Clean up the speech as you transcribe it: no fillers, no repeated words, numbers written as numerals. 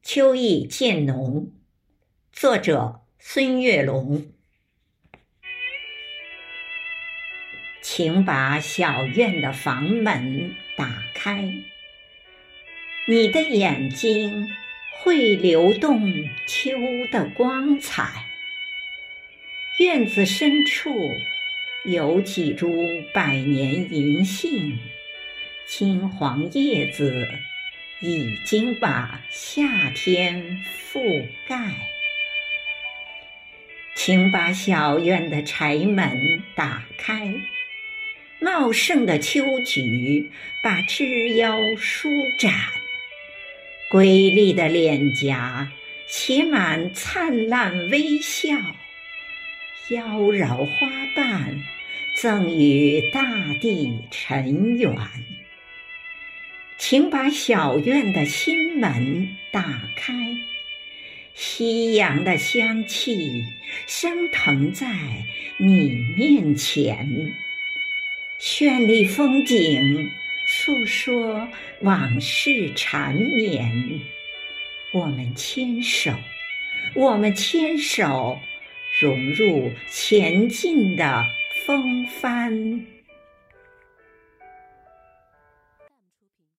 秋意渐浓，作者孙月龙。请把小院的房门打开，你的眼睛会流动秋的光彩。院子深处有几株百年银杏，金黄叶子已经把夏天覆盖。请把小院的柴门打开，茂盛的秋菊把枝腰舒展，瑰丽的脸颊写满灿烂微笑，妖娆花瓣赠予大地尘缘。请把小院的心门打开，夕阳的香气升腾在你面前，绚丽风景诉说往事缠绵。我们牵手，我们牵手，融入前进的风帆。